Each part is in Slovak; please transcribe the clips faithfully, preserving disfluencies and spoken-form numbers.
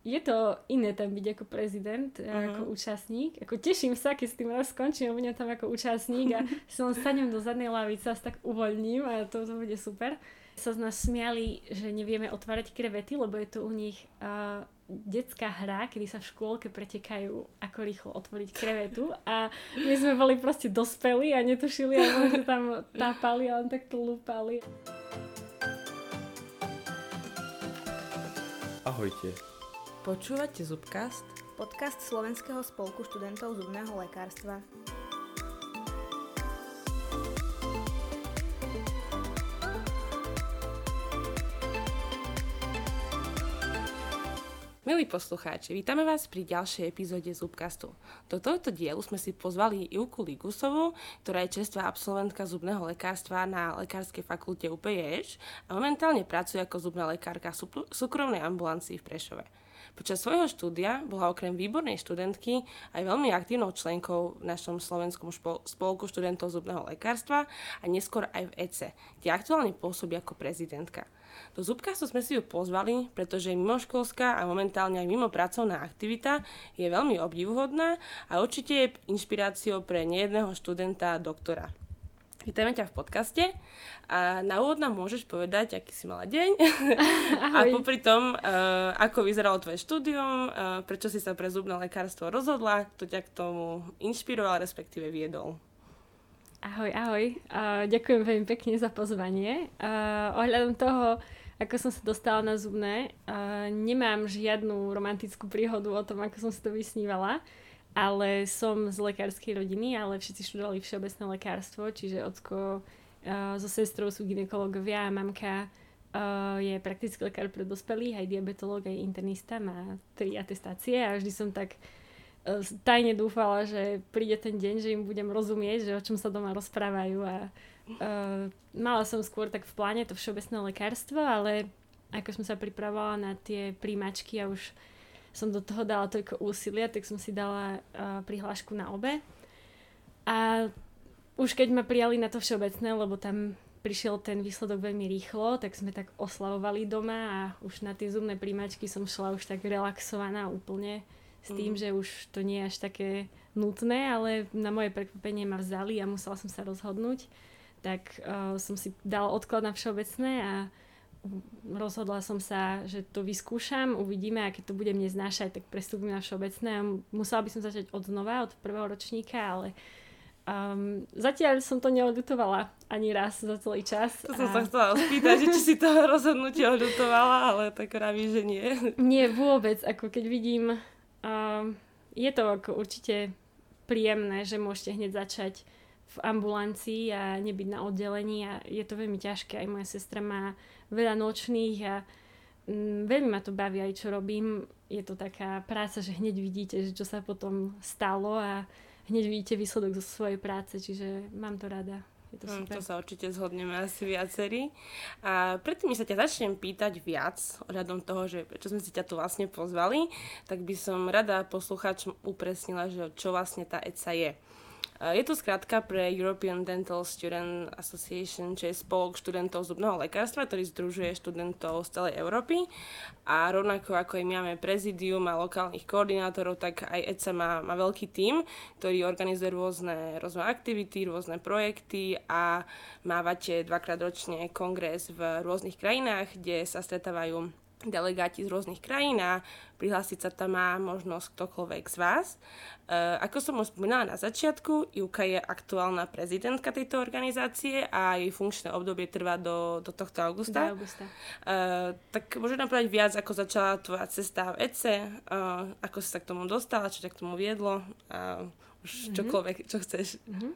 je to iné tam byť ako prezident, uh-huh. ako účastník. Ako teším sa, keď s tým raz skončím a budem tam ako účastník a som sadnem do zadnej lavice a sa tak uvoľním a to, to bude super. Sa z nás smiali, že nevieme otvárať krevety, lebo je to u nich uh, detská hra, kedy sa v škôlke pretekajú, ako rýchlo otvoriť krevetu a my sme boli proste dospelí a netušili, ako sme tam tápali a len takto lúpali. Ahojte. Počúvate Zubcast? Podcast Slovenského spolku študentov zubného lekárstva. Milí poslucháči, vítame vás pri ďalšej epizóde Zubcastu. Do tohto dielu sme si pozvali Ivku Ligusovu, ktorá je čerstvá absolventka zubného lekárstva na Lekárskej fakulte ú pé jé a momentálne pracuje ako zubná lekárka v súkromnej ambulancii v Prešove. Počas svojho štúdia bola okrem výbornej študentky aj veľmi aktívnou členkou v našom slovenskom špol- spolku študentov zubného lekárstva a neskôr aj v é cé, kde aktuálne pôsobí ako prezidentka. Do Zubcastu sme si ju pozvali, pretože mimoškolská a momentálne aj mimo pracovná aktivita je veľmi obdivuhodná a určite je inšpiráciou pre nejedného študenta a doktora. Vítame ťa v podcaste a na úvod nám môžeš povedať, aký si mala deň a popri tom, uh, ako vyzeralo tvoje štúdium, uh, prečo si sa pre zubné lekárstvo rozhodla, kto ťa k tomu inšpiroval, respektíve viedol. Ahoj, ahoj. Uh, ďakujem veľmi pekne za pozvanie. Uh, ohľadom toho, ako som sa dostala na zubné, uh, nemám žiadnu romantickú príhodu o tom, ako som si to vysnívala, ale som z lekárskej rodiny, ale všetci študovali všeobecné lekárstvo, čiže ocko uh, so sestrou sú gynekológovia a mamka uh, je praktický lekár pre dospelých, aj diabetológ, aj internista, má tri atestácie a vždy som tak uh, tajne dúfala, že príde ten deň, že im budem rozumieť, že o čom sa doma rozprávajú a uh, mala som skôr tak v pláne to všeobecné lekárstvo, ale ako som sa pripravovala na tie príjmačky a už som do toho dala toľko úsilia, tak som si dala uh, prihlášku na obe. A už keď ma prijali na to všeobecné, lebo tam prišiel ten výsledok veľmi rýchlo, tak sme tak oslavovali doma a už na tie zubné príjmačky som šla už tak relaxovaná úplne s tým, mm. že už to nie je až také nutné, ale na moje prekvapenie ma vzali a musela som sa rozhodnúť. Tak uh, som si dala odklad na všeobecné a rozhodla som sa, že to vyskúšam, uvidíme a keď to budem neznášať, tak prestúpim na všeobecné a musela by som začať od znova, od prvého ročníka, ale um, zatiaľ som to neodutovala ani raz za celý čas. To a... som sa chcela spýtať, že či si to rozhodnutie odutovala, ale tak vraví, že nie. Nie, vôbec, ako keď vidím, um, je to ako určite príjemné, že môžete hneď začať v ambulancii a nebyť na oddelení a je to veľmi ťažké, aj moja sestra má veľa nočných a mm, veľmi ma to baví aj čo robím. Je to taká práca, že hneď vidíte, že čo sa potom stalo a hneď vidíte výsledok zo svojej práce, čiže mám to rada. Je to super. To sa určite zhodneme asi viacerí. A predtým, sa ťa začnem pýtať viac ohľadom toho, že prečo sme si ťa tu vlastne pozvali, tak by som rada poslucháčom upresnila, že čo vlastne tá é cé á je. Je to skrátka pre European Dental Student Association, čo je spolok študentov zubného lekárstva, ktorý združuje študentov z celej Európy. A rovnako ako aj my máme prezidium a lokálnych koordinátorov, tak aj é cé á má, má veľký tím, ktorý organizuje rôzne, rôzne aktivity, rôzne projekty a mávate dvakrát ročne kongres v rôznych krajinách, kde sa stretávajú delegáti z rôznych krajín a prihlásiť sa tam má možnosť ktokoľvek z vás. E, ako som už spomínala na začiatku, Ivka je aktuálna prezidentka tejto organizácie a jej funkčné obdobie trvá do, do tohto augusta. Do augusta. E, tak môžem nám povedať viac, ako začala tvoja cesta v é cé, e, ako si sa k tomu dostala, čo ťa k tomu viedlo a už mm-hmm. čokoľvek, čo chceš. Mm-hmm.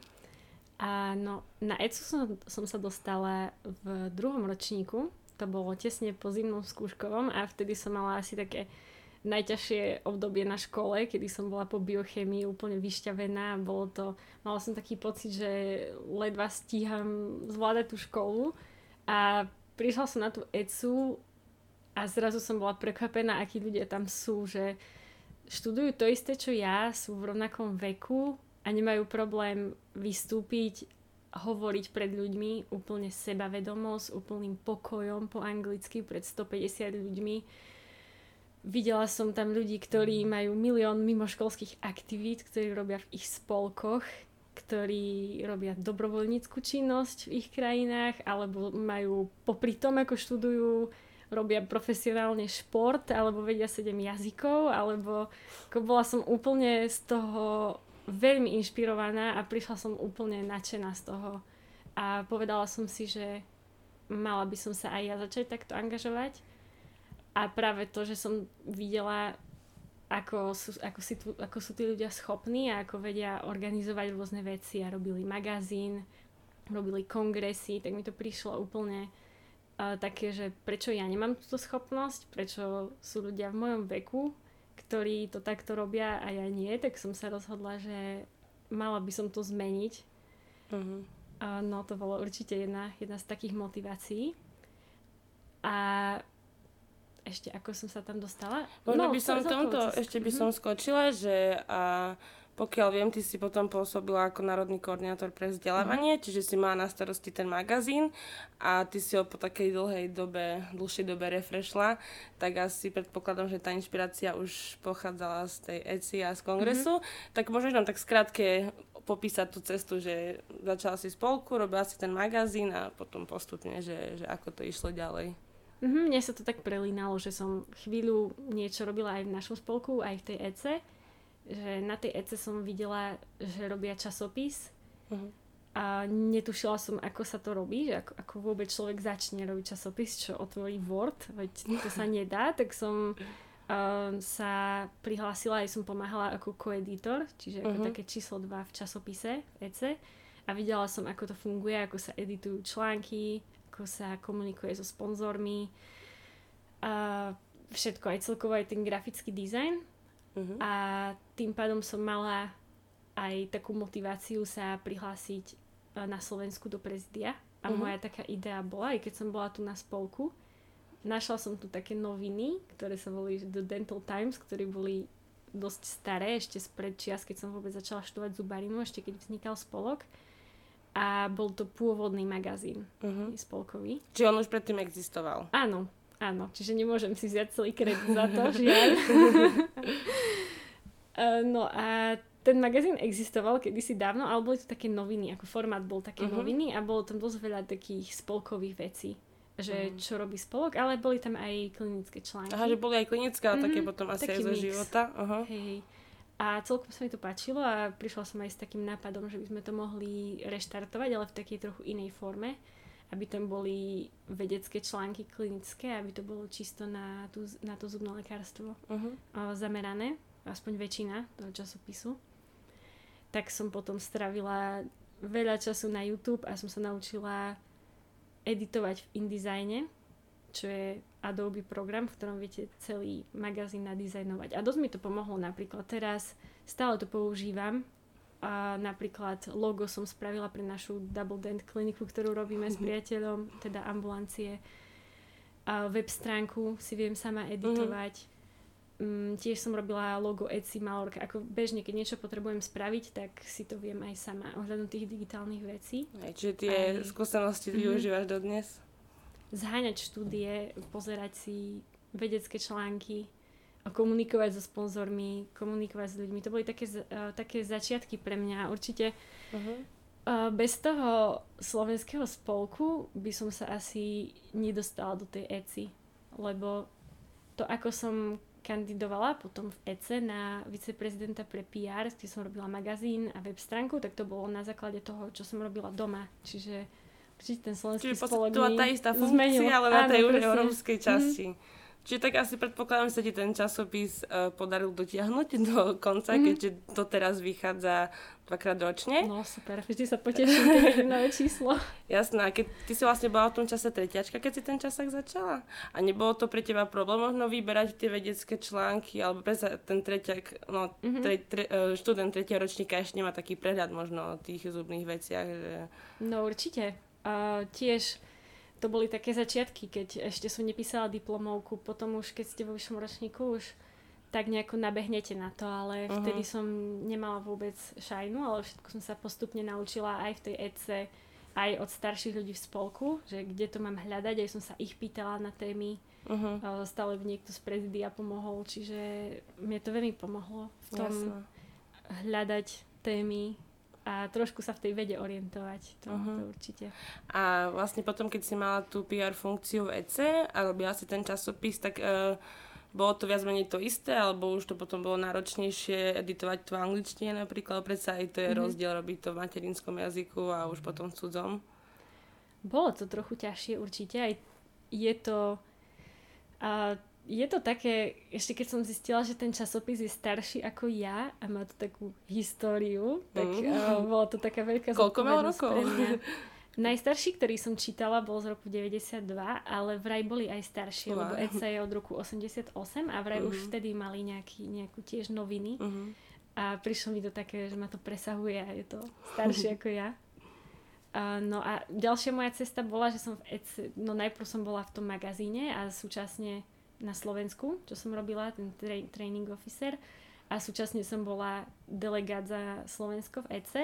A no, na é cé som, som sa dostala v druhom ročníku. To bolo tesne po zimnom skúškovom a vtedy som mala asi také najťažšie obdobie na škole, kedy som bola po biochemii úplne vyšťavená. Bolo to, mala som taký pocit, že ledva stíham zvládať tú školu a prišla som na tú é cé ú a zrazu som bola prekvapená, akí ľudia tam sú, že študujú to isté, čo ja, sú v rovnakom veku a nemajú problém vystúpiť, hovoriť pred ľuďmi, úplne sebavedomosť, úplným pokojom po anglicky pred stopäťdesiat ľuďmi. videla som tam ľudí, ktorí majú milión mimoškolských aktivít, ktorí robia v ich spolkoch, ktorí robia dobrovoľníckú činnosť v ich krajinách, alebo majú popri tom, ako študujú, robia profesionálne šport, alebo vedia sedem jazykov, alebo ako bola som úplne z toho veľmi inšpirovaná a prišla som úplne nadšená z toho. A povedala som si, že mala by som sa aj ja začať takto angažovať. A práve to, že som videla, ako sú, ako, si tu, ako sú tí ľudia schopní a ako vedia organizovať rôzne veci a robili magazín, robili kongresy, tak mi to prišlo úplne uh, také, že prečo ja nemám túto schopnosť, prečo sú ľudia v mojom veku, ktorí to takto robia a ja nie, tak som sa rozhodla, že mala by som to zmeniť. Uh-huh. Uh, no to bolo určite jedna, jedna z takých motivácií. A ešte ako som sa tam dostala? Možno no, by som tomto, ešte by som skočila, že a, pokiaľ viem, ty si potom pôsobila ako národný koordinátor pre vzdelávanie, mm-hmm. čiže si mala na starosti ten magazín a ty si ho po takej dlhej dobe, dlhšej dobe refreshla, tak asi predpokladám, že tá inšpirácia už pochádzala z tej é cé í a z kongresu. Mm-hmm. Tak môžeš nám tak skrátke popísať tú cestu, že začala si spolku, robila si ten magazín a potom postupne, že, že ako to išlo ďalej. Mm-hmm, mne sa to tak prelínalo, že som chvíľu niečo robila aj v našom spolku, aj v tej é cé. Že na tej é cé som videla, že robia časopis uh-huh. a netušila som, ako sa to robí, že ako, ako vôbec človek začne robiť časopis, čo otvorí Word, veď to sa nedá, tak som uh, sa prihlásila, aj som pomáhala ako koeditor, čiže ako uh-huh. také číslo dva v časopise é cé a videla som, ako to funguje, ako sa editujú články, ako sa komunikuje so sponzormi a všetko, aj celkovo aj ten grafický dizajn. Uh-huh. A tým pádom som mala aj takú motiváciu sa prihlásiť na Slovensku do prezidia. A uh-huh. moja taká idea bola, aj keď som bola tu na spolku, našla som tu také noviny, ktoré sa volí The Dental Times, ktoré boli dosť staré, ešte spred čias, keď som vôbec začala študovať zubarinu, ešte keď vznikal spolok. A bol to pôvodný magazín uh-huh. spolkový. Čiže on už predtým existoval? Áno, áno. Čiže nemôžem si vziať celý kredit za to, žiaľ. No a ten magazín existoval kedysi dávno, ale boli to také noviny, ako formát bol také uh-huh. noviny a bolo tam dosť veľa takých spolkových vecí. Že uh-huh. čo robí spolok, ale boli tam aj klinické články. Aha, že boli aj klinické, ale uh-huh. také potom asi aj zo života. Uh-huh. Hej. A celkom sa mi to páčilo a prišla som aj s takým nápadom, že by sme to mohli reštartovať, ale v takej trochu inej forme, aby tam boli vedecké články klinické, aby to bolo čisto na, tú, na to zubné lekárstvo uh-huh. zamerané, aspoň väčšina toho časopisu. Tak som potom stravila veľa času na YouTube a som sa naučila editovať v InDesigne, čo je Adobe program, v ktorom viete celý magazín nadizajnovať. A dosť mi to pomohlo napríklad teraz, stále to používam. A napríklad logo som spravila pre našu Double Dent kliniku, ktorú robíme s priateľom, teda ambulancie. A web stránku si viem sama editovať. Mm, tiež som robila logo Etsy, Malorka. Ako bežne, keď niečo potrebujem spraviť, tak si to viem aj sama ohľadom tých digitálnych vecí. Aj, čiže tie aj skúsenosti mm-hmm. využívaš dodnes? Zháňať štúdie, pozerať si vedecké články, komunikovať so sponzormi, komunikovať s ľuďmi. To boli také, uh, také začiatky pre mňa. Určite uh-huh. uh, bez toho slovenského spolku by som sa asi nedostala do tej é cé, lebo to, ako som kandidovala potom v é cé na viceprezidenta pre pé er, kde som robila magazín a web stránku, tak to bolo na základe toho, čo som robila doma. Čiže ten slovenský spolok mi zmenil. Čiže tá istá funkcia, ale na tej už európskej časti. Mm. Čiže tak asi predpokladám, že sa ti ten časopis uh, podaril dotiahnuť do konca, mm. keďže to teraz vychádza dvakrát ročne. No super, vždy sa poteším, keď je nové číslo. Jasné, a keď ty si vlastne bola v tom čase tretiačka, keď si ten časák začala? A nebolo to pre teba problém možno vyberať tie vedecké články, alebo predsa ten tretiak, no mm-hmm. tre, tre, študent tretieho ročníka ešte nemá taký prehľad možno o tých zubných veciach, že... No určite. Uh, tiež to boli také začiatky, keď ešte som nepísala diplomovku, potom už keď ste vo vyššom ročníku už tak nejako nabehnete na to, ale uh-huh. vtedy som nemala vôbec šajnu, ale všetko som sa postupne naučila aj v tej é cé, aj od starších ľudí v spolku, že kde to mám hľadať, aj som sa ich pýtala na témy, Uh-huh. Stále by niekto z prezidia pomohol, čiže mne to veľmi pomohlo v tom Jasne. hľadať témy a trošku sa v tej vede orientovať. To, uh-huh. to určite. A vlastne potom, keď si mala tú pé er funkciu v é cé a robila si ten časopis, tak uh, bolo to viac menej to isté, alebo už to potom bolo náročnejšie editovať to v angličtine napríklad? Predsa aj to je uh-huh. rozdiel robiť to v materinskom jazyku a už potom v cudzom. Bolo to trochu ťažšie určite. Aj je to... A je to také, ešte keď som zistila, že ten časopis je starší ako ja a má to takú históriu, tak mm. uh, bolo to taká veľká zodpovednosť pre mňa. Najstarší, ktorý som čítala, bol z roku deväťdesiatdva, ale vraj boli aj staršie, wow. lebo é cé je od roku osemdesiatosem a vraj mm-hmm. už vtedy mali nejaký, nejakú tiež noviny. Mm-hmm. A prišlo mi to také, že ma to presahuje a je to staršie ako ja. Uh, no a ďalšia moja cesta bola, že som v é cé, no najprv som bola v tom magazíne a súčasne na Slovensku, čo som robila, ten tra- training officer a súčasne som bola delegát za Slovensko v é cé,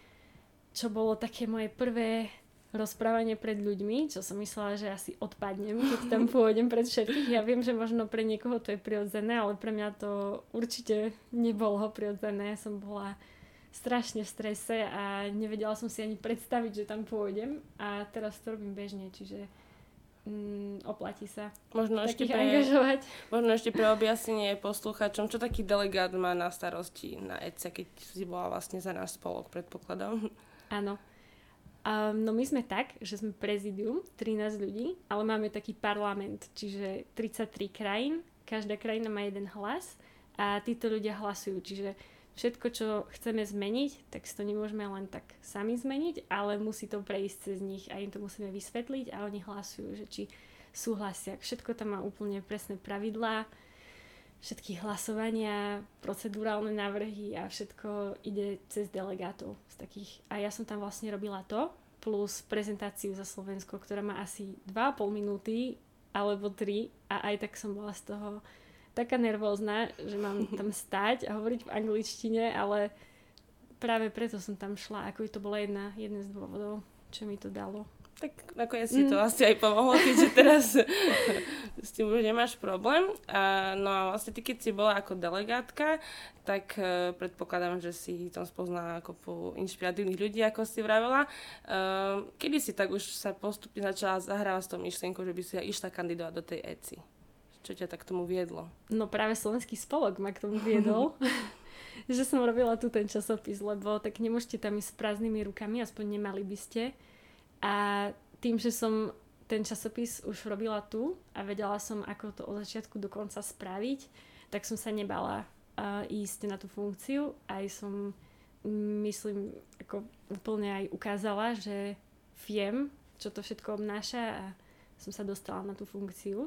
čo bolo také moje prvé rozprávanie pred ľuďmi, čo som myslela, že asi odpadnem, keď tam pôjdem pred všetkých. Ja viem, že možno pre niekoho to je prirodzené, ale pre mňa to určite nebolo prirodzené. Som bola strašne v strese a nevedela som si ani predstaviť, že tam pôjdem a teraz to robím bežne, čiže mm, oplatí sa možno ešte pre, angažovať. Možno ešte pre objasnenie poslucháčom, čo taký delegát má na starosti na é cé, keď si bola vlastne za náš spolok, predpokladám. Áno. Um, no my sme tak, že sme prezidium, trinásť ľudí, ale máme taký parlament, čiže tridsaťtri krajín, každá krajina má jeden hlas a títo ľudia hlasujú, čiže všetko, čo chceme zmeniť, tak si to nemôžeme len tak sami zmeniť, ale musí to prejsť cez nich a im to musíme vysvetliť a oni hlasujú, že či súhlasia. Všetko tam má úplne presné pravidlá, všetky hlasovania, procedurálne návrhy a všetko ide cez delegátov z takých. A ja som tam vlastne robila to, plus prezentáciu za Slovensko, ktorá má asi dva a pol minúty alebo tri a aj tak som bola z toho taká nervózna, že mám tam stáť a hovoriť v angličtine, ale práve preto som tam šla, ako to bola jedna, jeden z dôvodov, čo mi to dalo. Tak nakoniec si to mm. asi aj pomohlo, keďže teraz s tým už nemáš problém. A, no a vlastne ty, keď si bola ako delegátka, tak uh, predpokladám, že si tam spoznala kopu inšpiratívnych ľudí, ako si vravela. Uh, kedy si tak už sa postupne začala zahrávať s tou myšlienkou, že by si išla kandidovať do tej é cé? Čo ťa tak k tomu viedlo? No práve Slovenský spolok ma k tomu viedol, že som robila tu ten časopis, lebo tak nemôžete tam ísť s prázdnymi rukami, aspoň nemali by ste. A tým, že som ten časopis už robila tu a vedela som, ako to od začiatku do konca spraviť, tak som sa nebala uh, ísť na tú funkciu. Aj som, myslím, ako úplne aj ukázala, že viem, čo to všetko obnáša a som sa dostala na tú funkciu.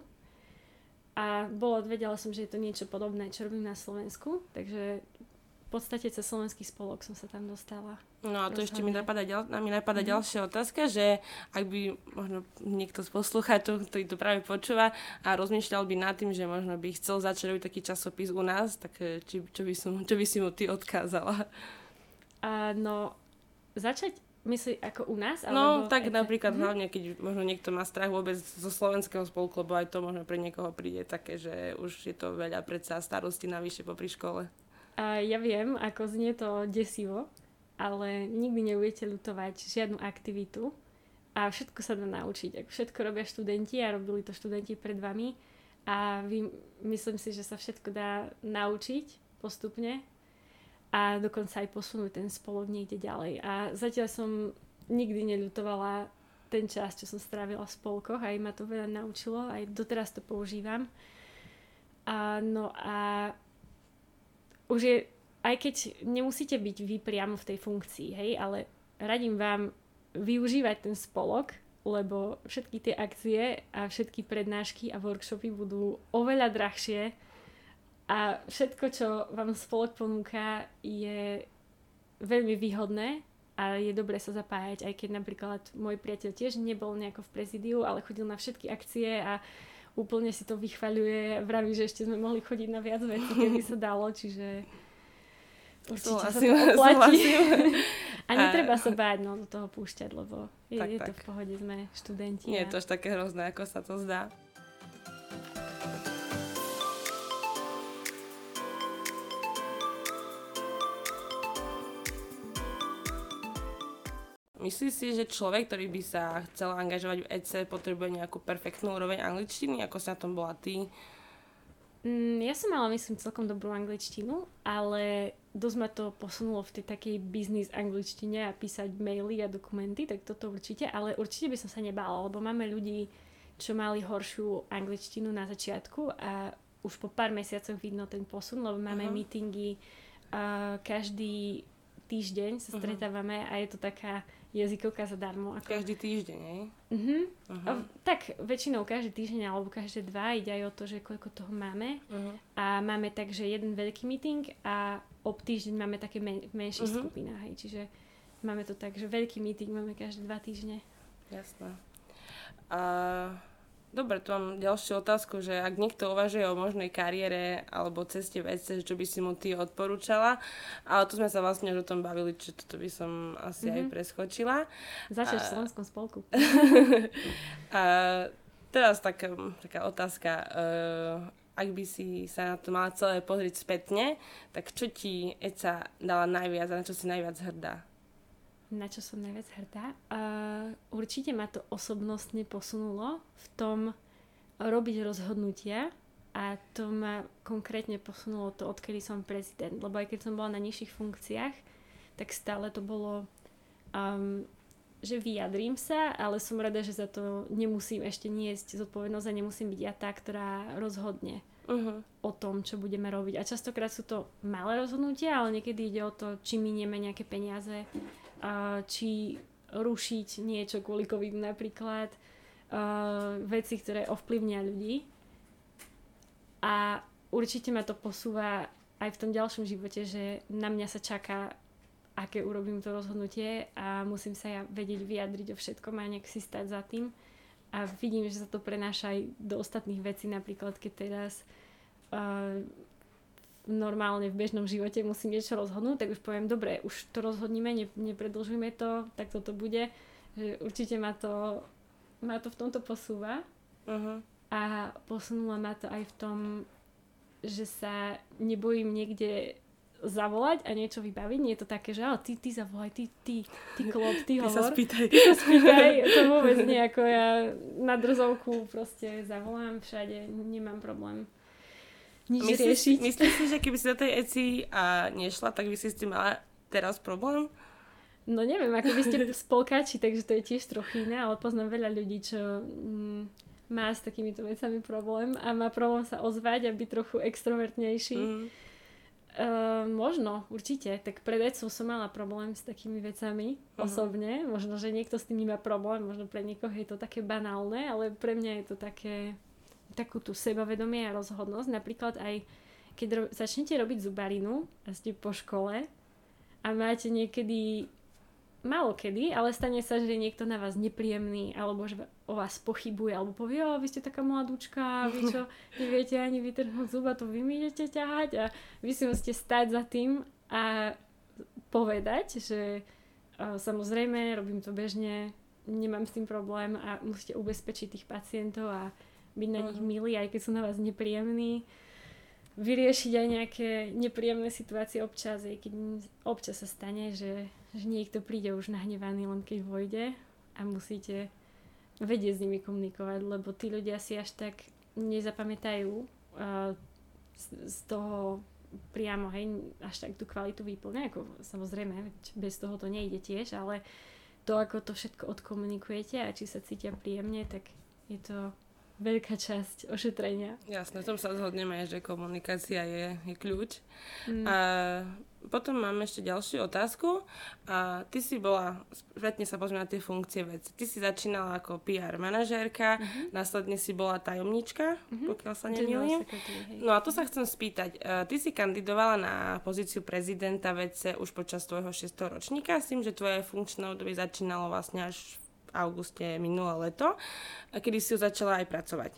A bolo, vedela som, že je to niečo podobné, čo robím na Slovensku, takže v podstate cez Slovenský spolok som sa tam dostala. No a to ešte mi napadá, ďal, mi napadá mm. ďalšia otázka, že ak by možno niekto z poslucháčov, ktorý to práve počúva a rozmýšľal by nad tým, že možno by chcel začať robiť taký časopis u nás, tak či, čo, by som, čo by si mu ty odkázala? A no, začať myslí ako u nás? No, tak é cé? Napríklad mm-hmm. hlavne, keď možno niekto má strach vôbec zo slovenského spolku, lebo aj to možno pre niekoho príde také, že už je to veľa predsa starosti navyše popri škole. A ja viem, ako znie to desivo, ale nikdy nebudete ľutovať žiadnu aktivitu a všetko sa dá naučiť. Ako všetko robia študenti a robili to študenti pred vami a vy, myslím si, že sa všetko dá naučiť postupne a dokonca aj posunúť ten spolok niekde ďalej. A zatiaľ som nikdy neľutovala ten čas, čo som strávila v spolkoch, aj ma to veľa naučilo, aj doteraz to používam. A, no a už je, aj keď nemusíte byť vy priamo v tej funkcii, hej, ale radím vám využívať ten spolok, lebo všetky tie akcie a všetky prednášky a workshopy budú oveľa drahšie a všetko, čo vám spolok ponúka, je veľmi výhodné a je dobré sa zapájať, aj keď napríklad môj priateľ tiež nebol nejako v prezidiu, ale chodil na všetky akcie a úplne si to vychvaľuje, vraví, že ešte sme mohli chodiť na viac vecí, keby sa dalo, čiže určite sa to oplatí. A netreba sa báť no, do toho púšťať, lebo je, tak, je to tak. V pohode, sme študenti. Nie je to až také hrozné, ako sa to zdá. myslíš si, že človek, ktorý by sa chcel angažovať v é cé, potrebuje nejakú perfektnú úroveň angličtiny? Ako sa na tom bola ty? Mm, ja som mala, myslím, celkom dobrú angličtinu, ale dosť ma to posunulo v tej takej business angličtine a písať maily a dokumenty, tak toto určite, ale určite by som sa nebála, lebo máme ľudí, čo mali horšiu angličtinu na začiatku a už po pár mesiacoch vidno ten posun, lebo máme uh-huh. meetingy uh, každý týždeň sa stretávame uh-huh. a je to taká jazykovka zadarmo. Ako... Každý týždeň, hej? Uh-huh. Uh-huh. Tak väčšinou každý týždeň alebo každé dva ide aj o to, že koľko toho máme. Uh-huh. A máme tak, že jeden veľký meeting a ob týždeň máme také men- menšie uh-huh. skupina. Hej. Čiže máme to tak, že veľký meeting máme každé dva týždne. Jasné. Uh... Dobre, tu mám ďalšiu otázku, že ak niekto uvažuje o možnej kariére alebo ceste v é cé, čo by si mu ty odporúčala, ale tu sme sa vlastne už o tom bavili, čiže toto by som asi mm-hmm. aj preskočila. Začneš v Slovenskom spolku. A teraz taká, taká otázka, uh, ak by si sa na to mala celé pozrieť spätne, tak čo ti é cé á dala najviac a na čo si najviac hrdá? Na čo som najviac hrdá? Uh, určite ma to osobnostne posunulo v tom robiť rozhodnutia a to ma konkrétne posunulo to, odkedy som prezident. Lebo aj keď som bola na nižších funkciách, tak stále to bolo, um, že vyjadrím sa, ale som rada, že za to nemusím ešte niesť zodpovednosť a nemusím byť ja tá, ktorá rozhodne uh-huh. o tom, čo budeme robiť. A častokrát sú to malé rozhodnutia, ale niekedy ide o to, či minieme nejaké peniaze, Uh, či rušiť niečo kvôli covidu napríklad, uh, veci, ktoré ovplyvnia ľudí. A určite ma to posúva aj v tom ďalšom živote, že na mňa sa čaká, aké urobím to rozhodnutie a musím sa ja vedieť vyjadriť o všetkom a nejak si stať za tým. A vidím, že sa to prenáša aj do ostatných vecí, napríklad keď teraz uh, normálne v bežnom živote musím niečo rozhodnúť, tak už poviem, dobre, už to rozhodníme, ne, nepredĺžujme to, tak toto bude. Že určite ma to, ma to v tomto posúva. Uh-huh. A posunula ma to aj v tom, že sa nebojím niekde zavolať a niečo vybaviť. Nie je to také, že ale ty, ty zavolaj, ty, ty, ty klop, ty, ty hovor. Ty sa spýtaj. Ty sa spýtaj. To vôbec nie, ako ja na drzovku proste zavolám všade, nemám problém nič myslíš, riešiť. Myslíš si, že keby si do tej é cé a nešla, tak by si s tým mala teraz problém? No neviem, ako by ste spolkáči, takže to je tiež trochu iné, ale poznám veľa ľudí, čo mm, má s takýmito vecami problém a má problém sa ozvať a byť trochu extrovertnejší. Mm. Uh, možno, určite. Tak pred vecou som mala problém s takými vecami uh-huh. osobne. Možno, že niekto s tým nemá problém, možno pre niekoho je to také banálne, ale pre mňa je to také takú tú sebavedomie a rozhodnosť. Napríklad aj keď ro- začnete robiť zubarinu a ste po škole a máte niekedy, málo kedy, ale stane sa, že je niekto na vás nepríjemný alebo že o vás pochybuje alebo povie, o, vy ste taká mladúčka, vy čo, neviete ani vytrhnúť zuba, to vy mi idete ťahať a vy si musíte stať za tým a povedať, že o, samozrejme, robím to bežne, nemám s tým problém a musíte ubezpečiť tých pacientov a byť na nich milý, aj keď sú na vás nepríjemní. Vyriešiť aj nejaké nepríjemné situácie občas, aj keď občas sa stane, že, že niekto príde už nahnevaný, len keď vojde a musíte vedieť s nimi komunikovať, lebo tí ľudia si až tak nezapamätajú uh, z, z toho priamo, hej, až tak tú kvalitu výplne, ako samozrejme, bez toho to nejde tiež, ale to, ako to všetko odkomunikujete a či sa cítia príjemne, tak je to veľká časť ošetrenia. Jasné, v tom sa zhodneme, že komunikácia je, je kľúč. Mm. A potom mám ešte ďalšiu otázku. A ty si bola, spätne sa pozrieme na tie funkcie veci. Ty si začínala ako pé er manažérka, mm-hmm. následne si bola tajomnička, mm-hmm. pokiaľ sa nemýlim. No a tu sa chcem spýtať. Ty si kandidovala na pozíciu prezidenta vé cé už počas tvojho šiesteho ročníka, s tým, že tvoje funkčné obdobie začínalo vlastne až auguste minulé leto, kedy si ju začala aj pracovať.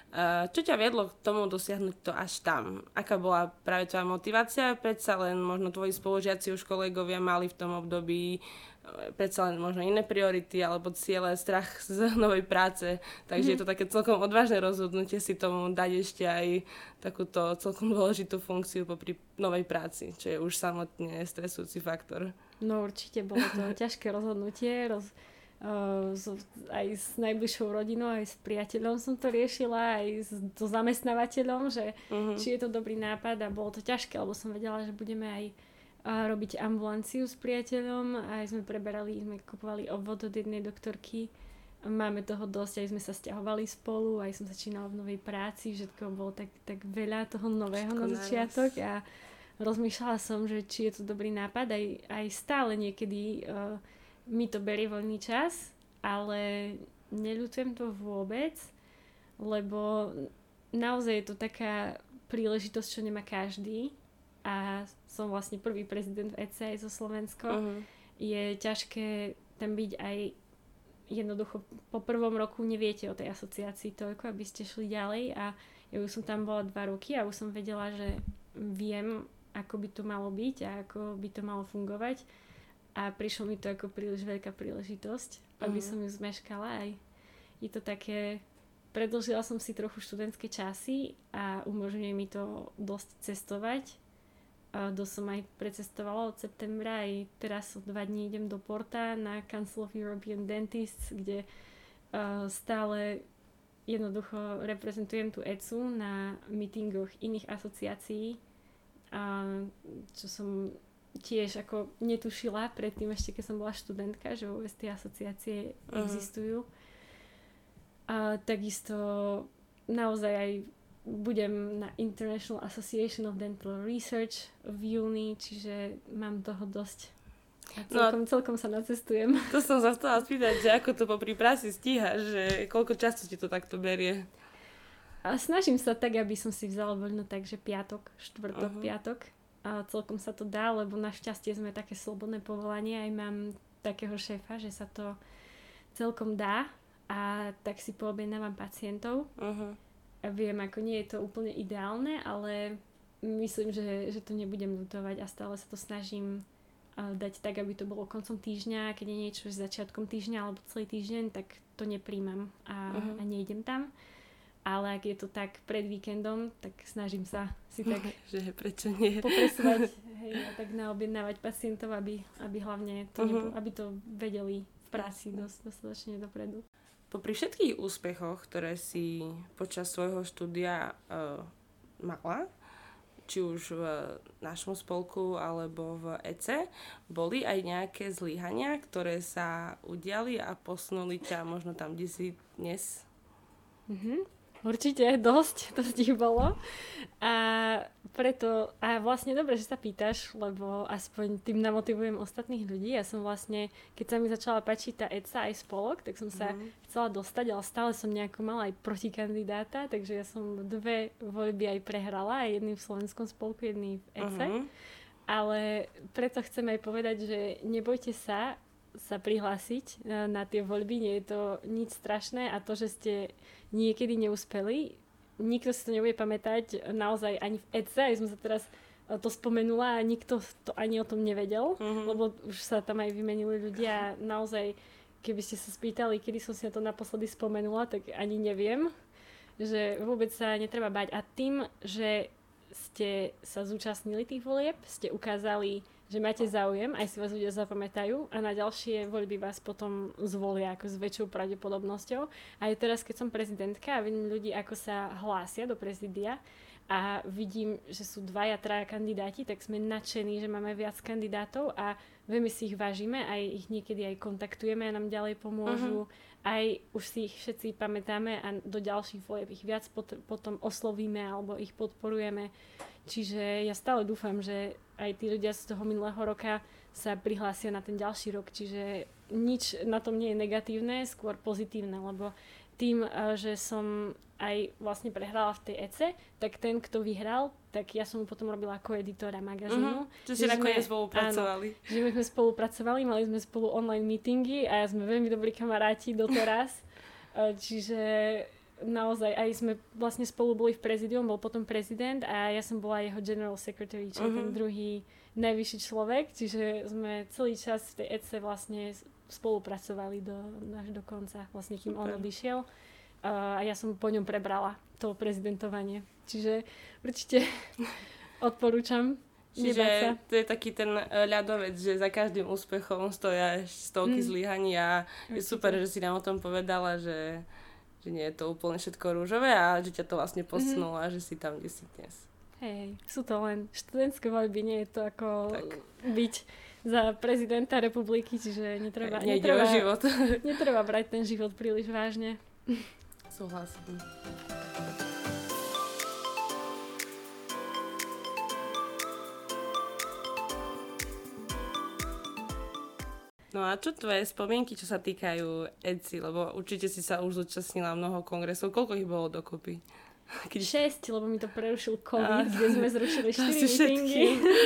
Čo ťa viedlo k tomu dosiahnuť to až tam? Aká bola práve tvoja motivácia? Predsa len možno tvoji spolužiaci už kolegovia mali v tom období predsa len možno iné priority alebo ciele, strach z novej práce. Takže mm. je to také celkom odvážne rozhodnutie si tomu dať ešte aj takúto celkom dôležitú funkciu popri novej práci, čo je už samotne stresujúci faktor. No určite, bolo to ťažké rozhodnutie, roz, uh, z, aj s najbližšou rodinou, aj s priateľom som to riešila, aj s, so zamestnávateľom, že uh-huh. či je to dobrý nápad a bolo to ťažké, lebo som vedela, že budeme aj uh, robiť ambulanciu s priateľom, aj sme preberali, sme kupovali obvod od jednej doktorky, máme toho dosť, aj sme sa sťahovali spolu, aj som začínala v novej práci, všetko bolo tak, tak veľa toho nového všetko na začiatok a rozmýšľala som, že či je to dobrý nápad, aj, aj stále niekedy uh, mi to berie voľný čas, ale neľutujem to vôbec, lebo naozaj je to taká príležitosť, čo nemá každý a som vlastne prvý prezident v é cé aj zo Slovensko. Uh-huh. Je ťažké tam byť aj jednoducho po prvom roku neviete o tej asociácii toľko, aby ste šli ďalej a ja už som tam bola dva roky a už som vedela, že viem, ako by to malo byť a ako by to malo fungovať a prišlo mi to ako príliš veľká príležitosť, aby mm. som ju zmeškala aj je to také, predĺžila som si trochu študentské časy a umožňuje mi to dosť cestovať a dosť som aj precestovala od septembra aj teraz o dva dní idem do Porta na Council of European Dentists, kde uh, stále jednoducho reprezentujem tú é cé ú na meetingoch iných asociácií a čo som tiež ako netušila predtým ešte keď som bola študentka, že vôbec tie asociácie uh-huh. existujú a takisto naozaj aj budem na International Association of Dental Research v júni, čiže mám toho dosť a celkom, no, celkom sa nacestujem. To som sa chcela spýtať, že ako to popri práci stíhaš, že koľko času ti to takto berie? A snažím sa tak, aby som si vzala voľno tak, že piatok, štvrtok, uh-huh. piatok. A celkom sa to dá, lebo našťastie sme také slobodné povolanie. Aj mám takého šéfa, že sa to celkom dá. A tak si poobjednávam pacientov. Uh-huh. A viem, ako nie je to úplne ideálne, ale myslím, že, že to nebudem ľutovať a stále sa to snažím dať tak, aby to bolo koncom týždňa. Keď je niečo začiatkom týždňa alebo celý týždeň, tak to nepríjmam a, uh-huh. a nejdem tam. Ale ak je to tak pred víkendom, tak snažím sa si tak že prečo nie? popresovať hej, a tak naobjednávať pacientov, aby, aby hlavne to, uh-huh. nebo, aby to vedeli v práci dosť, dostatočne dopredu. Popri všetkých úspechoch, ktoré si počas svojho štúdia uh, mala, či už v našom spolku alebo v é cé, boli aj nejaké zlyhania, ktoré sa udiali a posunuli ťa možno tam, kde si dnes? Mhm. Určite, dosť, dosť ich bolo. A preto, a vlastne dobre, že sa pýtaš, lebo aspoň tým namotivujem ostatných ľudí. Ja som vlastne, keď sa mi začala páčiť tá é cé aj spolok, tak som sa mm. chcela dostať, ale stále som nejako mala aj protikandidáta, takže ja som dve voľby aj prehrala, aj jedný v slovenskom spolku, jedný v é cé. Uh-huh. Ale preto chcem aj povedať, že nebojte sa, sa prihlásiť na, na tie voľby, nie je to nič strašné a to, že ste niekedy neúspeli, nikto si to nebude pamätať naozaj ani v é cé, aj som sa teraz to spomenula a nikto to ani o tom nevedel, uh-huh. lebo už sa tam aj vymenili ľudia a naozaj, keby ste sa spýtali, kedy som si na to naposledy spomenula, tak ani neviem, že vôbec sa netreba báť a tým, že ste sa zúčastnili tých volieb, ste ukázali, že máte záujem, aj si vás ľudia zapamätajú a na ďalšie voľby vás potom zvolia ako s väčšou pravdepodobnosťou. A aj teraz, keď som prezidentka a vidím ľudí, ako sa hlásia do prezidia a vidím, že sú dvaja, traja kandidáti, tak sme nadšení, že máme viac kandidátov a veľmi si ich vážime, aj ich niekedy aj kontaktujeme a nám ďalej pomôžu. Uh-huh. Aj už si ich všetci pamätáme a do ďalších volieb ich viac pot- potom oslovíme alebo ich podporujeme. Čiže ja stále dúfam, že aj tí ľudia z toho minulého roka sa prihlásia na ten ďalší rok. Čiže nič na tom nie je negatívne, skôr pozitívne, lebo tým, že som aj vlastne prehrala v tej é cé, tak ten, kto vyhral, tak ja som mu potom robila ako editora magazínu. Uh-huh. Čiže nakoniec spolupracovali. Áno, že my sme spolupracovali, mali sme spolu online meetingy a sme veľmi dobrí kamaráti doteraz. Čiže naozaj aj sme vlastne spolu boli v prezidiu, on bol potom prezident a ja som bola jeho general secretary, čiže uh-huh. ten druhý najvyšší človek, čiže sme celý čas v tej é cé vlastne spolupracovali do, až do konca, vlastne kým Super. On odišiel. Uh, a ja som po ňom prebrala to prezidentovanie. Čiže určite odporúčam. Čiže to je taký ten ľadovec, že za každým úspechom stoja stovky mm. zlyhaní a je super, že si nám o tom povedala, že, že nie je to úplne všetko rúžové a že ťa to vlastne posunulo a že si tam, kde si dnes. Hej, sú to len študentské voľby, nie je to ako tak. byť za prezidenta republiky, čiže netreba, Nejde netreba, o život. netreba brať ten život príliš vážne. Súhlasím. No a čo tvoje spomienky, čo sa týkajú é cé í? Lebo určite si sa už zúčastnila mnoho kongresov. Koľko ich bolo dokopy? Keď... Šesť, lebo mi to prerušil COVID, a... kde sme zrušili štyri meetingy.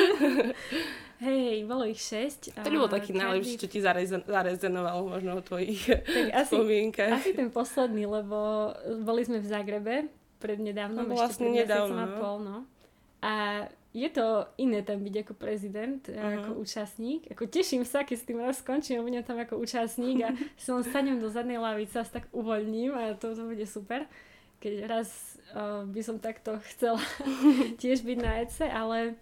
Hej, bolo ich šesť. Ktorý bol taký každý... najlepší, čo ti zarezen- zarezenovalo možno o tvojich spomienkach? Asi ten posledný, lebo boli sme v Zagrebe prednedávnom, no, ešte vlastne pred nedávno, mesiacom a pol, no. A je to iné tam byť ako prezident, uh-huh. ako účastník. Ako teším sa, keď s tým raz skončím a budem tam ako účastník a si len stanem do zadnej lavice a sa tak uvoľním a to, to bude super. Keď raz uh, by som takto chcela tiež byť na é cé, ale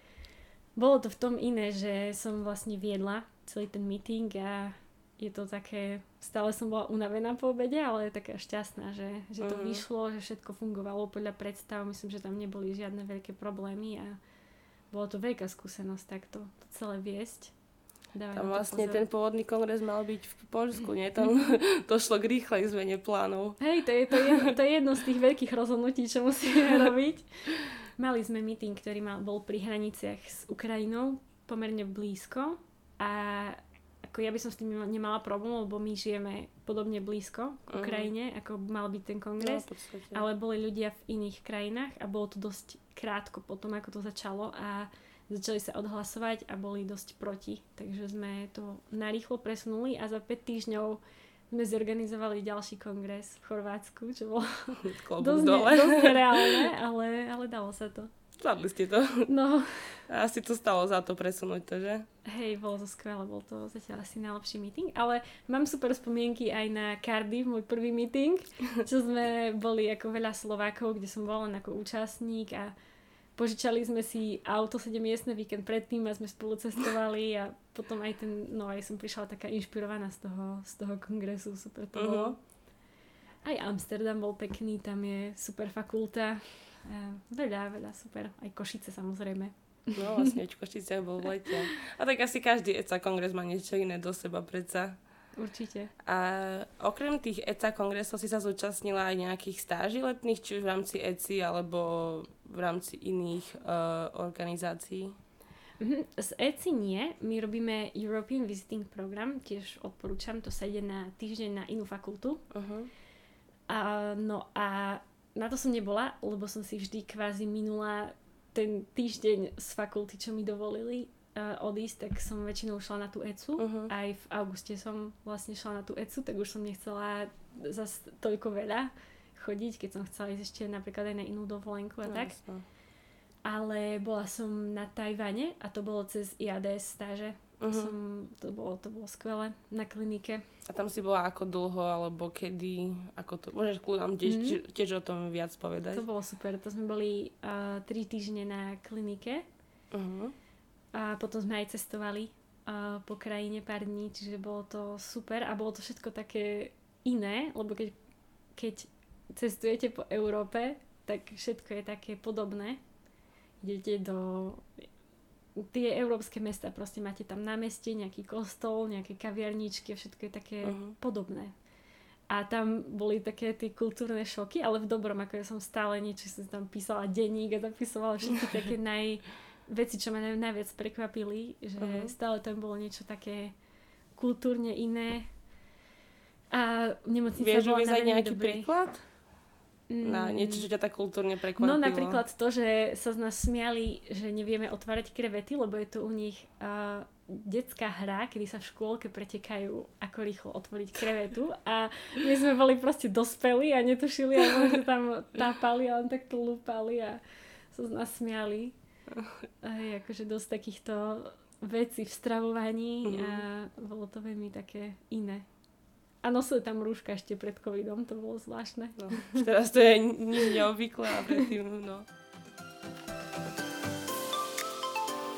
bolo to v tom iné, že som vlastne viedla celý ten meeting a je to také, stále som bola unavená po obede, ale taká šťastná, že, že to uh-huh. vyšlo, že všetko fungovalo podľa predstav. Myslím, že tam neboli žiadne veľké problémy a bolo to veľká skúsenosť takto to celé viesť. Dávaj tam vlastne pozor. Ten pôvodný kongres mal byť v Poľsku, nie? Tam došlo k rýchlej zmene plánov. Hej, to je, to, je, to je jedno z tých veľkých rozhodnutí, čo musíme robiť. Mali sme meeting, ktorý mal, bol pri hraniciach s Ukrajinou, pomerne blízko a ako ja by som s tým nemala problém, lebo my žijeme podobne blízko k Ukrajine, uh-huh. ako mal byť ten kongres, no, ale boli ľudia v iných krajinách a bolo to dosť krátko potom, ako to začalo a začali sa odhlasovať a boli dosť proti, takže sme to narýchlo presunuli a za päť týždňov sme zorganizovali ďalší kongres v Chorvátsku, čo bolo dosť, ne, dosť nereálne, ale, ale dalo sa to. Zvládli ste to. No. A asi to stalo za to presunúť to, že? Hej, bolo to skvelé, bol to zatiaľ asi najlepší meeting, ale mám super spomienky aj na Cardiff, môj prvý meeting, čo sme boli ako veľa Slovákov, kde som bola len ako účastník a požičali sme si auto sedemmiestne víkend predtým a sme spolu cestovali a potom aj ten, no aj som prišla taká inšpirovaná z toho, z toho kongresu, super to bolo. Uh-huh. Aj Amsterdam bol pekný, tam je super fakulta. Uh, veľa, veľa, super. Aj Košice samozrejme. No vlastne v Košiciach bol v lete. A tak asi každý é cé á kongres má niečo iné do seba predsa. Určite. A okrem tých é cé á kongresov si sa zúčastnila aj nejakých stáží letných, či už v rámci é cé í alebo v rámci iných uh, organizácií? Z é cé í nie. My robíme European Visiting Program, tiež odporúčam, to sa ide na týždeň na inú fakultu. Uh-huh. A, no a na to som nebola, lebo som si vždy kvázi minula ten týždeň z fakulty, čo mi dovolili uh, odísť, tak som väčšinou šla na tú é cé ú. Uh-huh. Aj v auguste som vlastne šla na tú é cé ú, tak už som nechcela zase toľko veľa chodiť, keď som chcela ísť ešte napríklad aj na inú dovolenku a no, tak. Jasno. Ale bola som na Tajvane a to bolo cez í á dé es stáže. Uh-huh. Som, to, bolo, to bolo skvelé na klinike. A tam si bola ako dlho, alebo kedy? Ako to, môžeš kľudom tiež, mm-hmm. tiež o tom viac povedať? To bolo super. To sme boli uh, tri týždne na klinike. Uh-huh. A potom sme aj cestovali uh, po krajine pár dní, čiže bolo to super a bolo to všetko také iné, lebo keď, keď cestujete po Európe, tak všetko je také podobné. Idete do... tie európske mesta, proste máte tam námestie, nejaký kostol, nejaké kaviarničky a všetko je také uh-huh. podobné. A tam boli také tie kultúrne šoky, ale v dobrom, ako ja som stále niečo, som tam písala denník a zapisovala všetky také naj, veci, čo ma najviac prekvapili, že uh-huh. stále tam bolo niečo také kultúrne iné. A nemocnica bola na veľmi nejaký dobrej. Príklad? Na niečo, čo ťa tak kultúrne prekvapilo. No napríklad to, že sa z nás smiali, že nevieme otvárať krevety, lebo je to u nich uh, detská hra, kedy sa v škôlke pretekajú, ako rýchlo otvoriť krevetu a my sme boli proste dospelí a netušili a možno tam tápali a len takto lúpali a sa z nás smiali. Aj akože dosť takýchto vecí v stravovaní mm. a bolo to veľmi také iné. A nosili tam rúška ešte pred covidom, to bolo zvláštne. No, teraz to je nič neobvyklé a predtým, no.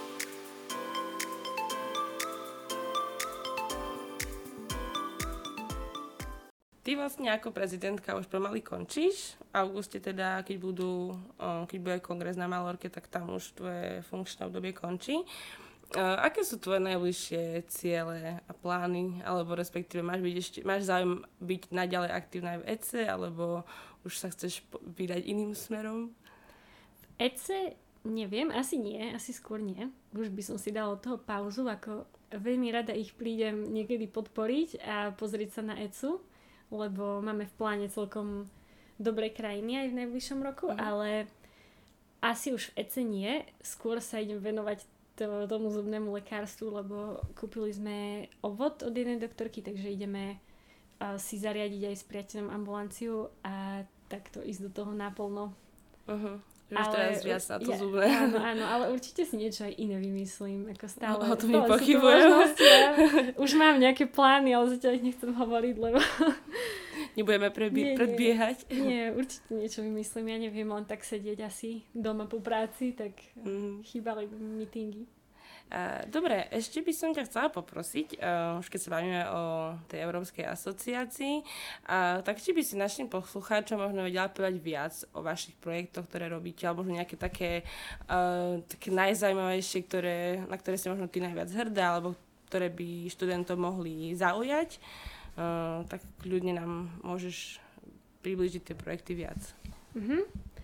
ty vlastne ako prezidentka už pomaly končíš. V auguste teda, keď, budú, keď bude kongres na Malorke, tak tam už tvoje funkčné obdobie končí. Aké sú tvoje najbližšie ciele a plány? Alebo respektíve máš, byť ešte, máš záujem byť naďalej aktívna aj v é cé? Alebo už sa chceš vydať iným smerom? V é cé neviem, asi nie, asi skôr nie. Už by som si dala od toho pauzu, ako veľmi rada ich prídem niekedy podporiť a pozrieť sa na é cé, lebo máme v pláne celkom dobré krajiny aj v najbližšom roku, uh-huh. ale asi už v é cé nie. Skôr sa idem venovať to, tomu zubnému lekárstvu, lebo kúpili sme obvod od jednej doktorky, takže ideme uh, si zariadiť aj s priateľom ambulanciu a takto ísť do toho naplno. Uh-huh. Že už teraz viac na to ja, zubné. Áno, áno, ale určite si niečo aj iné vymyslím. Ako stále. No, o tom nepochybujem. Ja už mám nejaké plány, ale zatiaľ ich nechcem hovoriť, lebo... Nebudeme prebie- nie, predbiehať. Nie, nie, určite niečo vymyslím. Ja neviem len tak sedieť asi doma po práci, tak mm. chýbali meetingy. Uh, dobre, ešte by som ťa chcela poprosiť, uh, už keď sa bavíme o tej Európskej asociácii, uh, tak či by si našim poslucháčom možno vedela povedať viac o vašich projektoch, ktoré robíte, alebo možno nejaké také, uh, také najzaujímavejšie, ktoré, na ktoré ste možno ty najviac hrdá, alebo ktoré by študentov mohli zaujať, uh, tak ľudne nám môžeš priblížiť tie projekty viac. Mm-hmm.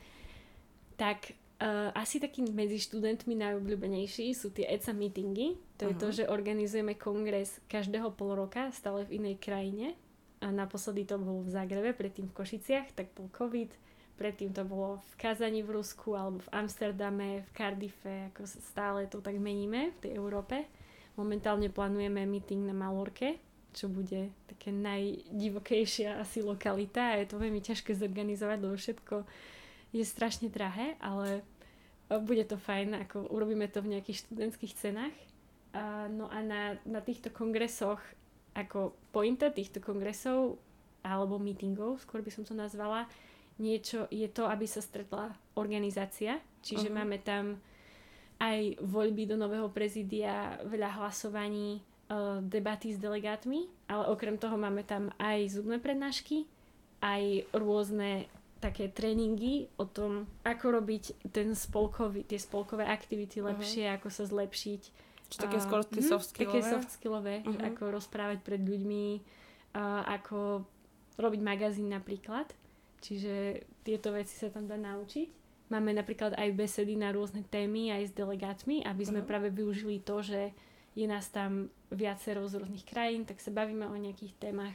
Tak Uh, asi takými medzi študentmi najobľúbenejší sú tie é cé á meetingy. To je uh-huh. to, že organizujeme kongres každého pol roka, stále v inej krajine. A naposledy to bolo v Zagrebe, predtým v Košiciach, tak bol COVID. Predtým to bolo v Kazani v Rusku, alebo v Amsterdame, v Cardiffe, ako stále to tak meníme v tej Európe. Momentálne plánujeme meeting na Malorke, čo bude také najdivokejšia asi lokalita. A je to veľmi ťažké zorganizovať, lebo všetko je strašne drahé, ale bude to fajn, ako urobíme to v nejakých študentských cenách. A, no a na, na týchto kongresoch, ako pointa týchto kongresov alebo meetingov, skôr by som to nazvala, niečo je to, aby sa stretla organizácia, čiže uh-huh. máme tam aj voľby do nového prezídia, veľa hlasovaní, debaty s delegátmi, ale okrem toho máme tam aj zubné prednášky, aj rôzne také tréningy o tom, ako robiť ten spolkový, tie spolkové aktivity lepšie, uh-huh. ako sa zlepšiť. Čiže také skôr tie soft skillové? Také soft skillové, uh-huh. ako rozprávať pred ľuďmi, uh, ako robiť magazín napríklad. Čiže tieto veci sa tam dá naučiť. Máme napríklad aj besedy na rôzne témy, aj s delegátmi, aby sme uh-huh. práve využili to, že je nás tam viacero z rôznych krajín, tak sa bavíme o nejakých témach.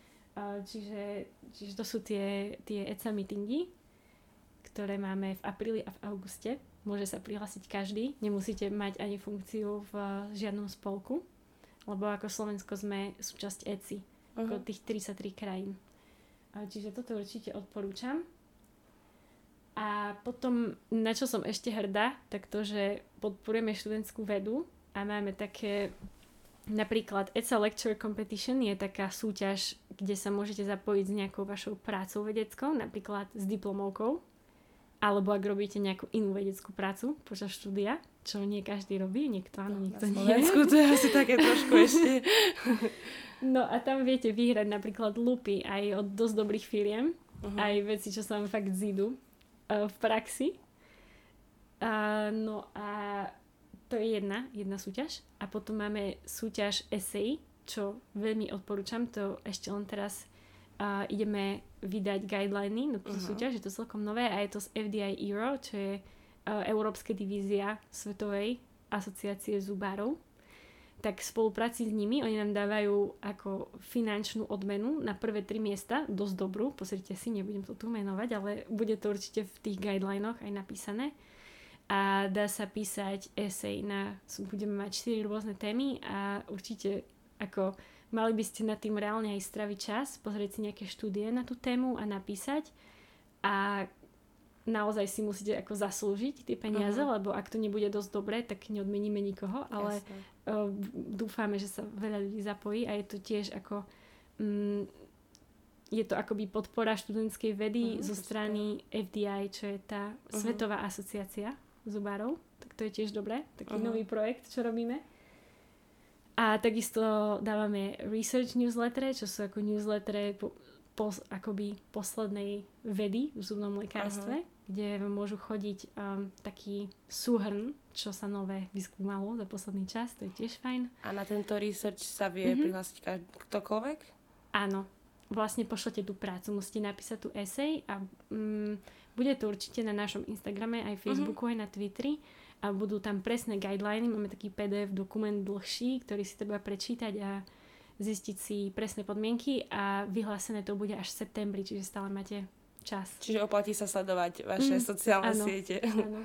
Čiže, čiže to sú tie, tie é cé á meetingy, ktoré máme v apríli a v auguste. Môže sa prihlásiť každý, nemusíte mať ani funkciu v žiadnom spolku, lebo ako Slovensko sme súčasť é cé, uh-huh. ako tých tridsaťtri krajín. Čiže toto určite odporúčam. A potom, na čo som ešte hrdá, tak to, že podporujeme študentskú vedu a máme také... Napríklad é cé á Lecture Competition je taká súťaž, kde sa môžete zapojiť s nejakou vašou prácou vedeckou, napríklad s diplomovkou, alebo ak robíte nejakú inú vedeckú prácu počas štúdia, čo nie každý robí, niekto áno, niekto nie. Na Slovensku to je asi také trošku ešte. No a tam viete vyhrať napríklad lupy aj od dosť dobrých firiem, uh-huh. aj veci, čo sa vám fakt zídu uh, v praxi. Uh, no a to je jedna, jedna súťaž. A potom máme súťaž Essay, čo veľmi odporúčam. To ešte len teraz uh, ideme vydať guideliny na túto uh-huh. súťaž. Je to celkom nové a je to z ef dé í Euro, čo je uh, Európska divízia Svetovej asociácie zubárov. Tak v spolupráci s nimi oni nám dávajú ako finančnú odmenu na prvé tri miesta, dosť dobrú. Pozrite si, nebudem to tu menovať, ale bude to určite v tých guidelinoch aj napísané. A dá sa písať esej na, budeme mať štyri rôzne témy a určite ako mali by ste nad tým reálne aj straviť čas, pozrieť si nejaké štúdie na tú tému a napísať a naozaj si musíte ako zaslúžiť tie peniaze, uh-huh. lebo ak to nebude dosť dobré, tak neodmeníme nikoho, ale uh, dúfame, že sa veľa ľudí zapojí a je to tiež ako um, je to akoby podpora študentskej vedy uh-huh, zo strany ef dé í, čo je tá uh-huh. Svetová asociácia zubárov, tak to je tiež dobré, taký uh-huh. nový projekt, čo robíme. A takisto dávame research newslettere, čo sú ako newslettere pos, akoby poslednej vedy v zubnom lekárstve, uh-huh. kde môžu chodiť um, taký súhrn, čo sa nové vyskúmalo za posledný čas, to je tiež fajn. A na tento research sa vie uh-huh. prihlásiť ktokoľvek? Áno, vlastne pošlete tú prácu, musíte napísať tú esej a um, bude to určite na našom Instagrame, aj Facebooku, uh-huh. aj na Twitteri a budú tam presné guideliny, máme taký pé dé ef dokument dlhší, ktorý si treba prečítať a zistiť si presné podmienky a vyhlásené to bude až v septembri, čiže stále máte čas. Čiže oplatí sa sledovať vaše mm, sociálne áno, siete. Áno.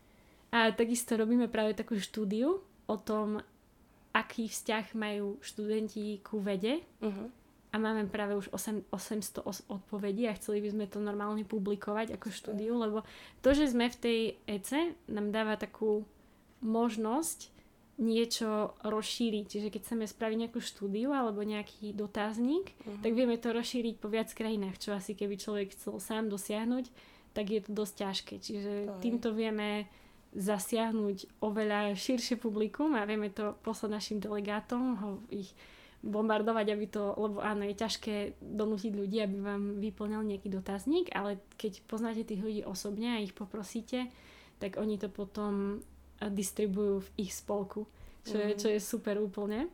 A takisto robíme práve takú štúdiu o tom, aký vzťah majú študenti ku vede. Uh-huh. A máme práve už osemsto odpovedí a chceli by sme to normálne publikovať ako štúdiu, lebo to, že sme v tej é cé, nám dáva takú možnosť niečo rozšíriť. Čiže keď chceme spraviť nejakú štúdiu alebo nejaký dotazník, uh-huh. tak vieme to rozšíriť po viac krajinách, čo asi keby človek chcel sám dosiahnuť, tak je to dosť ťažké. Čiže to týmto je. Vieme zasiahnuť oveľa širšie publikum a vieme to poslať našim delegátom, ho ich bombardovať, aby to, lebo áno, je ťažké donútiť ľudí, aby vám vyplňal nejaký dotazník, ale keď poznáte tých ľudí osobne a ich poprosíte, tak oni to potom distribujú v ich spolku, čo je, čo je super úplne.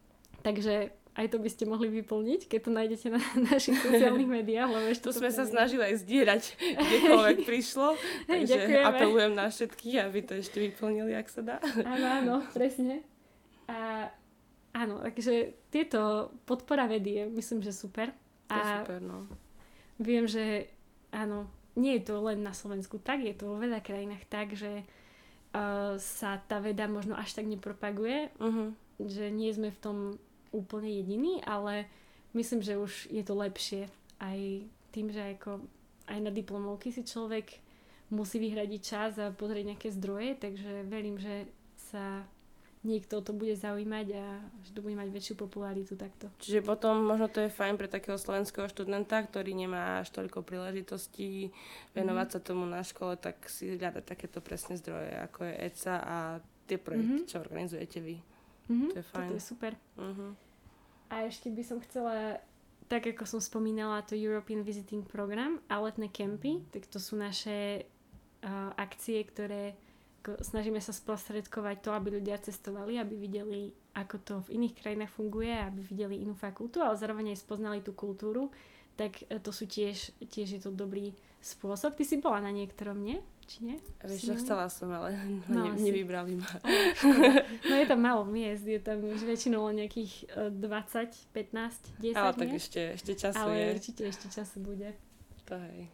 Takže aj to by ste mohli vyplniť, keď to nájdete na našich sociálnych médiách. Lebo ešte to, to sme sa snažili aj zdierať, kdekoľvek prišlo. Takže ďakujeme. Apelujem na všetkých, aby to ešte vyplnili, ak sa dá. Áno, áno, presne. A áno, takže tieto podpora vedy je, myslím, že super. A je super, no. Viem, že áno, nie je to len na Slovensku tak, je to vo veľa krajinách tak, že Uh, sa tá veda možno až tak nepropaguje, uh-huh. že nie sme v tom úplne jediní, ale myslím, že už je to lepšie aj tým, že ako aj na diplomovky si človek musí vyhradiť čas a pozrieť nejaké zdroje, takže verím, že sa niekto to bude zaujímať a že to bude mať väčšiu popularitu takto. Čiže potom možno to je fajn pre takého slovenského študenta, ktorý nemá až toľko príležitostí venovať mm. sa tomu na škole, tak si hľadať takéto presné zdroje, ako je é cé á a tie projekty, mm-hmm. čo organizujete vy. Mm-hmm. To je fajn. To je super. Mm-hmm. A ešte by som chcela, tak ako som spomínala, to European Visiting Program a letné kempy, tak to sú naše uh, akcie, ktoré snažíme sa sprostredkovať to, aby ľudia cestovali, aby videli, ako to v iných krajinách funguje, aby videli inú fakultu, ale zároveň aj spoznali tú kultúru, tak to sú tiež, tiež je to dobrý spôsob. Ty si bola na niektorom, nie? Či nie? Vieš, čo chcela som, ale ne, nevybrali ma. No je tam málo miest, je tam už väčšinou len nejakých dvadsať, pätnásť, desať, ale tak nie? ešte, ešte času ale je. Ale určite ešte času bude. To hej.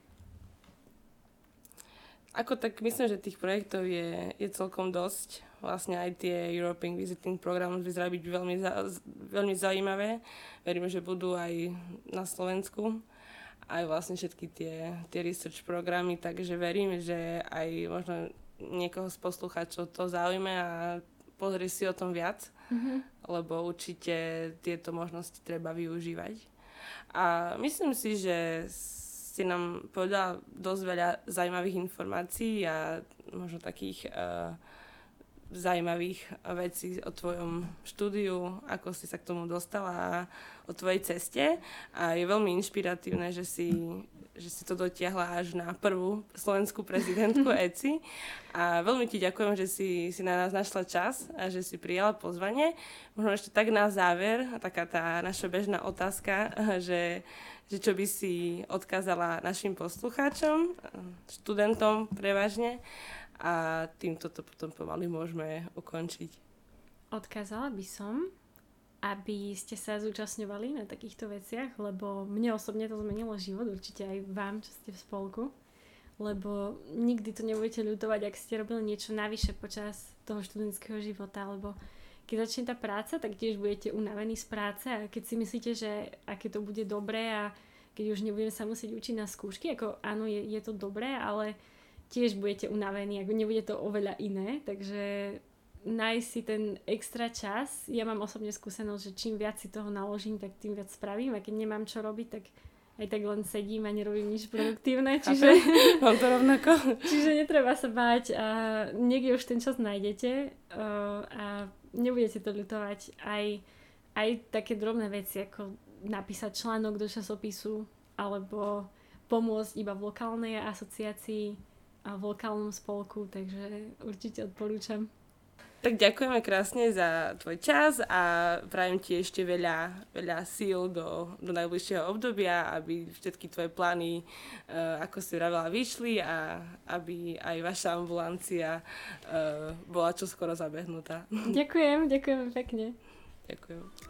Ako tak myslím, že tých projektov je, je celkom dosť. Vlastne aj tie European Visiting Programs vyzerajú byť veľmi, veľmi zaujímavé. Verím, že budú aj na Slovensku. Aj vlastne všetky tie, tie research programy, takže verím, že aj možno niekoho z poslucháčov to zaujme a pozrie si o tom viac, mm-hmm. lebo určite tieto možnosti treba využívať. A myslím si, že si nám povedala dosť veľa zaujímavých informácií a možno takých uh, zaujímavých vecí o tvojom štúdiu, ako si sa k tomu dostala a o tvojej ceste. A je veľmi inšpiratívne, že si, že si to dotiahla až na prvú slovenskú prezidentku é cé í. A veľmi ti ďakujem, že si, si na nás našla čas a že si prijala pozvanie. Možno ešte tak na záver, taká tá naša bežná otázka, že že čo by si odkázala našim poslucháčom, študentom prevažne a týmto to potom pomaly môžeme ukončiť. Odkázala by som, aby ste sa zúčastňovali na takýchto veciach, lebo mne osobne to zmenilo život, určite aj vám, čo ste v spolku, lebo nikdy to nebudete ľutovať, ak ste robili niečo navyše počas toho študentského života, lebo keď začne tá práca, tak tiež budete unavení z práce a keď si myslíte, že aké to bude dobré a keď už nebudeme sa musieť učiť na skúšky, ako áno, je, je to dobré, ale tiež budete unavení, ako nebude to oveľa iné, takže nájsť si ten extra čas. Ja mám osobne skúsenosť, že čím viac si toho naložím, tak tým viac spravím a keď nemám čo robiť, tak aj tak len sedím a nerobím nič produktívne, čiže mám to rovnako. Čiže netreba sa báť a niekde už ten čas nájdete a nebudete to ľutovať. Aj, aj také drobné veci, ako napísať článok do časopisu alebo pomôcť iba v lokálnej asociácii a v lokálnom spolku, takže určite odporúčam. Tak ďakujeme krásne za tvoj čas a prajem ti ešte veľa, veľa síl do, do najbližšieho obdobia, aby všetky tvoje plány, uh, ako si vravela, vyšli a aby aj vaša ambulancia uh, bola čoskoro zabehnutá. Ďakujem, ďakujem pekne. Ďakujem.